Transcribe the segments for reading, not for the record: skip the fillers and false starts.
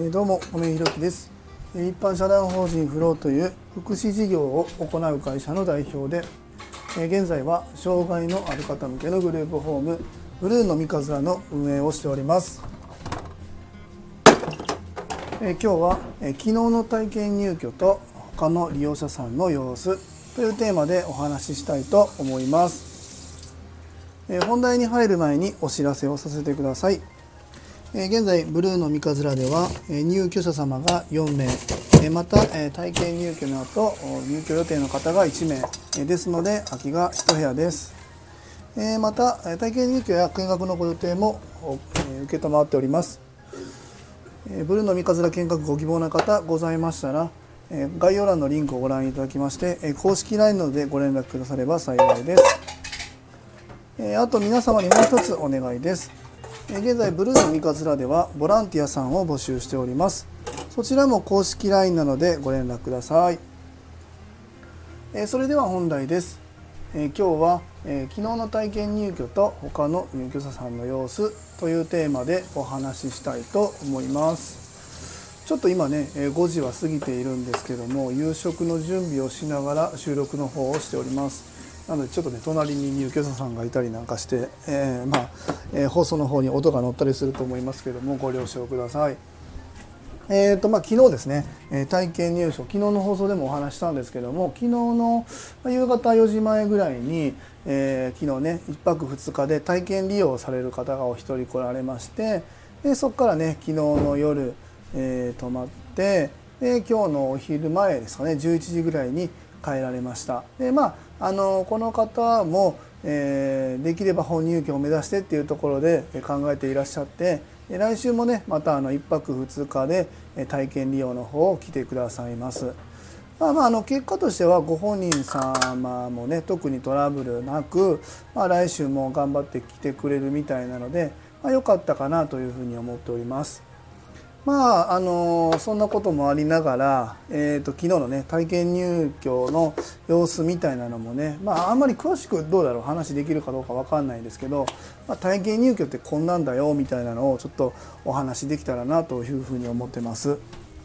どうも、亀井ひろきです。一般社団法人フローという福祉事業を行う会社の代表で、現在は障害のある方向けのグループホームブルーの三日面の運営をしております。今日は昨日の体験入居と他の利用者さんの様子というテーマでお話ししたいと思います。本題に入る前にお知らせをさせてください。現在ブルーの三日面では入居者様が4名、また体験入居の後入居予定の方が1名ですので、空きが1部屋です。また体験入居や見学のご予定も承っております。ブルーの三日面見学ご希望の方ございましたら、概要欄のリンクをご覧いただきまして、公式 LINE などでご連絡くだされば幸いです。あと皆様にもう一つお願いです。現在ブルーの三日面ではボランティアさんを募集しております。そちらも公式 LINE なのでご連絡ください。それでは本題です。今日は昨日の体験入居と他の入居者さんの様子というテーマでお話ししたいと思います。ちょっと今ね5時は過ぎているんですけども、夕食の準備をしながら収録の方をしております。なのでちょっとね隣に入居者さんがいたりなんかして、放送の方に音が乗ったりすると思いますけども、ご了承ください。昨日ですね、体験入所、昨日の放送でもお話したんですけども、昨日の夕方4時前ぐらいに、昨日ね1泊2日で体験利用される方がお一人来られまして、そこからね昨日の夜、泊まって、今日のお昼前ですかね、11時ぐらいに帰られました。でこの方も、できれば本入居を目指してっていうところで考えていらっしゃって、来週もねまた1泊2日で体験利用の方を来てくださいます。結果としてはご本人様もね特にトラブルなく、来週も頑張って来てくれるみたいなので、良かったかなというふうに思っております。そんなこともありながら、昨日のね体験入居の様子みたいなのもね、あんまり詳しくどうだろう話できるかどうか分かんないんですけど、体験入居ってこんなんだよみたいなのをちょっとお話できたらなというふうに思ってます。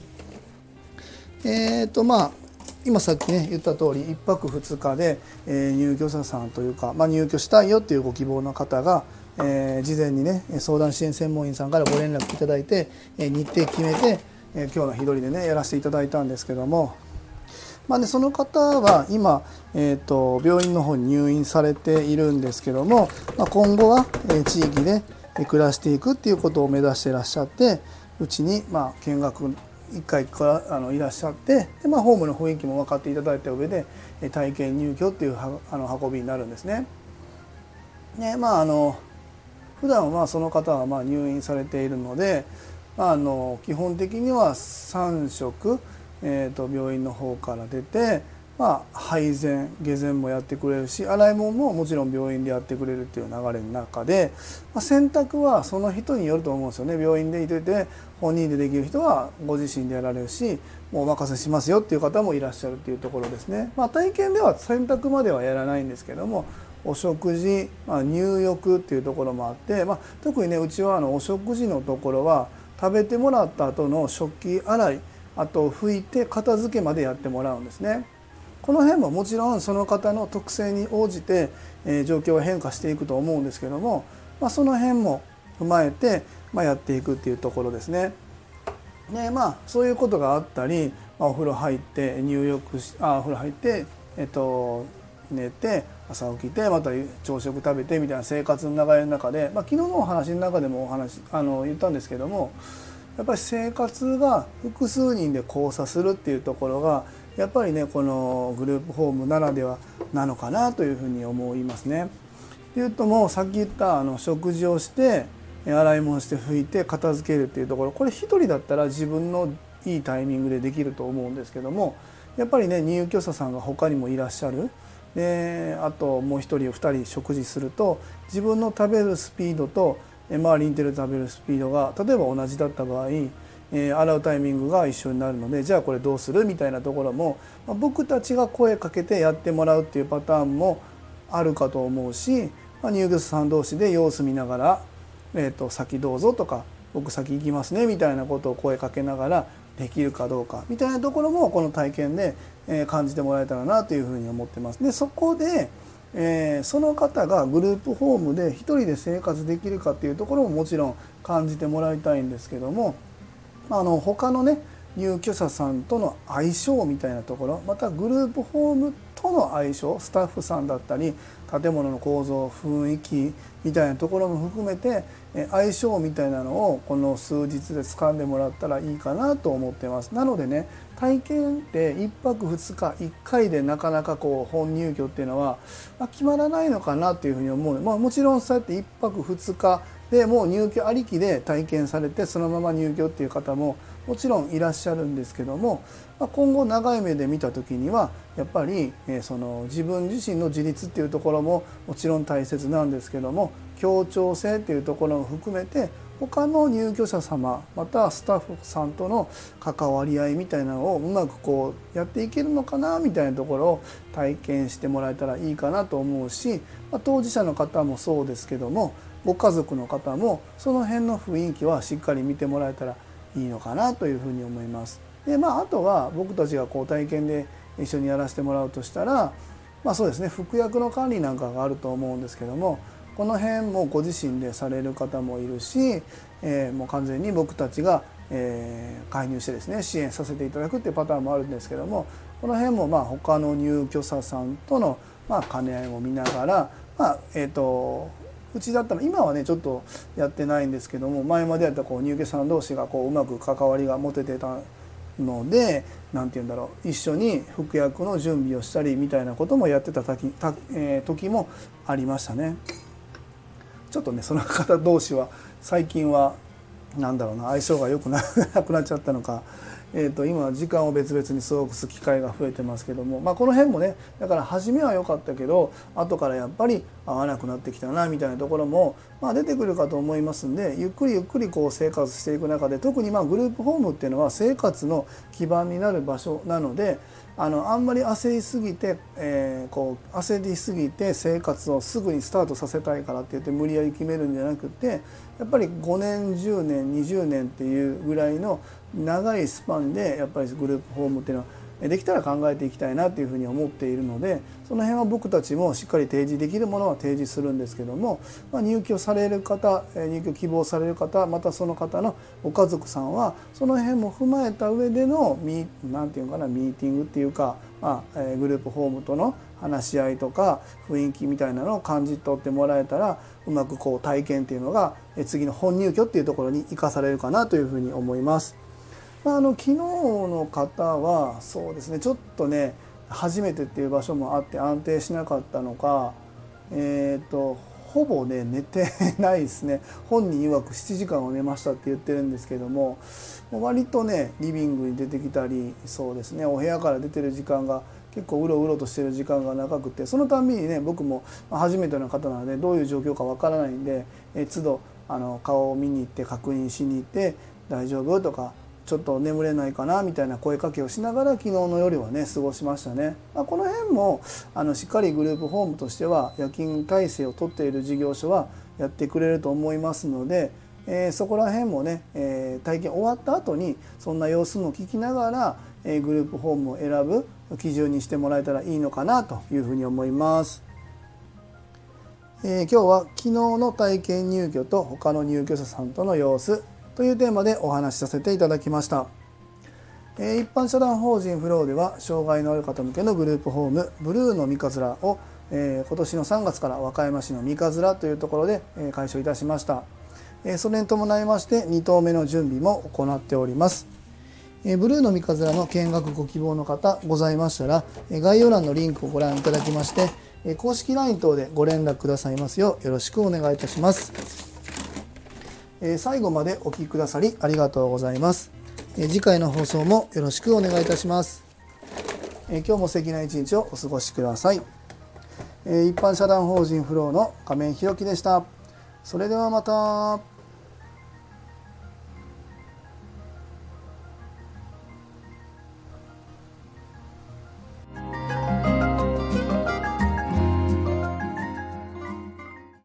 今さっきね言った通り1泊2日で、入居者さんというか、入居したいよっていうご希望の方が事前にね相談支援専門員さんからご連絡いただいて、日程決めて、今日の日取りでねやらせていただいたんですけども、その方は今、病院の方に入院されているんですけども、今後は、地域で暮らしていくっていうことを目指していらっしゃって、うちに見学1回からいらっしゃって、でホームの雰囲気も分かっていただいた上で体験入居っていう運びになるんですね。で普段はその方は入院されているので、基本的には3食、病院の方から出て、配膳下膳もやってくれるし、洗い物ももちろん病院でやってくれるっていう流れの中で、選択はその人によると思うんですよね。病院でいてて本人でできる人はご自身でやられるし、もうお任せしますよっていう方もいらっしゃるっていうところですね。体験では選択まではやらないんですけども、お食事、入浴っていうところもあって、特にねうちはお食事のところは食べてもらった後の食器洗い、あと拭いて片付けまでやってもらうんですね。この辺ももちろんその方の特性に応じて、状況は変化していくと思うんですけども、その辺も踏まえて、やっていくっていうところですね。でそういうことがあったり、お風呂入ってお風呂入って寝て朝起きてまた朝食食べてみたいな生活の流れの中で、昨日のお話の中でも言ったんですけども、やっぱり生活が複数人で交差するっていうところがやっぱりねこのグループホームならではなのかなというふうに思いますね。っていうともさっき言った食事をして洗い物して拭いて片付けるっていうところ、これ一人だったら自分のいいタイミングでできると思うんですけども、やっぱりね入居者さんが他にもいらっしゃる。であともう1人2人食事すると自分の食べるスピードと周りにいてる食べるスピードが例えば同じだった場合、洗うタイミングが一緒になるので、じゃあこれどうするみたいなところも、僕たちが声かけてやってもらうっていうパターンもあるかと思うし、入居者さん同士で様子見ながら、先どうぞとか僕先行きますねみたいなことを声かけながらできるかどうかみたいなところもこの体験で感じてもらえたらなというふうに思ってます。でそこでその方がグループホームで一人で生活できるかっていうところももちろん感じてもらいたいんですけども、他のね入居者さんとの相性みたいなところ、またグループホームとの相性、スタッフさんだったり建物の構造、雰囲気みたいなところも含めて相性みたいなのをこの数日で掴んでもらったらいいかなと思ってます。なのでね、体験って1泊2日1回でなかなか本入居っていうのは決まらないのかなっていうふうに思うので、もちろんそうやって1泊2日でもう入居ありきで体験されてそのまま入居っていう方ももちろんいらっしゃるんですけども、今後長い目で見た時にはやっぱりその自分自身の自立っていうところももちろん大切なんですけども、協調性っていうところも含めて他の入居者様またスタッフさんとの関わり合いみたいなのをうまくやっていけるのかなみたいなところを体験してもらえたらいいかなと思うし、当事者の方もそうですけどもご家族の方もその辺の雰囲気はしっかり見てもらえたらいいのかなというふうに思います。であとは僕たちが体験で一緒にやらせてもらうとしたら、そうですね、服薬の管理なんかがあると思うんですけども、この辺もご自身でされる方もいるし、もう完全に僕たちが、介入してですね支援させていただくっていうパターンもあるんですけども、この辺も他の入居者さんとの兼ね合いも見ながら、うちだったら今はねちょっとやってないんですけども、前までやった入居者さん同士がうまく関わりが持ててたので、なんて言うんだろう、一緒に服薬の準備をしたりみたいなこともやってた時もありましたね。ちょっとねその方同士は最近は相性が良くなくなっちゃったのか、今時間を別々に過ごす機会が増えてますけども、この辺もねだから初めは良かったけど後からやっぱり合わなくなってきたなみたいなところも出てくるかと思いますんで、ゆっくりゆっくり生活していく中で、特にグループホームっていうのは生活の基盤になる場所なので、あんまり焦りすぎて、焦りすぎて生活をすぐにスタートさせたいからって言って無理やり決めるんじゃなくて、やっぱり5年10年20年っていうぐらいの長いスパンでやっぱりグループホームっていうのはできたら考えていきたいなというふうに思っているので、その辺は僕たちもしっかり提示できるものは提示するんですけども、入居される方、入居希望される方、またその方のご家族さんはその辺も踏まえた上でのなんていうのかな、ミーティングっていうか、グループホームとの話し合いとか雰囲気みたいなのを感じ取ってもらえたら、うまく体験っていうのが次の本入居っていうところに生かされるかなというふうに思います。昨日の方はそうですね、ちょっとね初めてっていう場所もあって安定しなかったのか、ほぼね寝てないですね。本人曰く7時間は寝ましたって言ってるんですけども、割とねリビングに出てきたり、そうですねお部屋から出てる時間が結構うろうろとしてる時間が長くて、そのたんびにね僕も初めての方なのでどういう状況かわからないんで、都度顔を見に行って確認しに行って大丈夫とか、ちょっと眠れないかなみたいな声かけをしながら昨日の夜はね過ごしましたね。この辺もしっかりグループホームとしては夜勤体制をとっている事業所はやってくれると思いますので、そこら辺もね、体験終わった後にそんな様子も聞きながら、グループホームを選ぶ基準にしてもらえたらいいのかなというふうに思います。今日は昨日の体験入居と他の入居者さんとの様子というテーマでお話しさせていただきました。一般社団法人フローでは障害のある方向けのグループホームブルーの三日面を、今年の3月から和歌山市の三日面というところで開所いたしました。それに伴いまして2棟目の準備も行っております。ブルーの三日面の見学ご希望の方ございましたら、概要欄のリンクをご覧いただきまして公式 LINE 等でご連絡くださいますようよろしくお願いいたします。最後までお聞きくださりありがとうございます。次回の放送もよろしくお願いいたします。今日も素敵な一日をお過ごしください。一般社団法人フローの亀井宏樹でした。それではまた。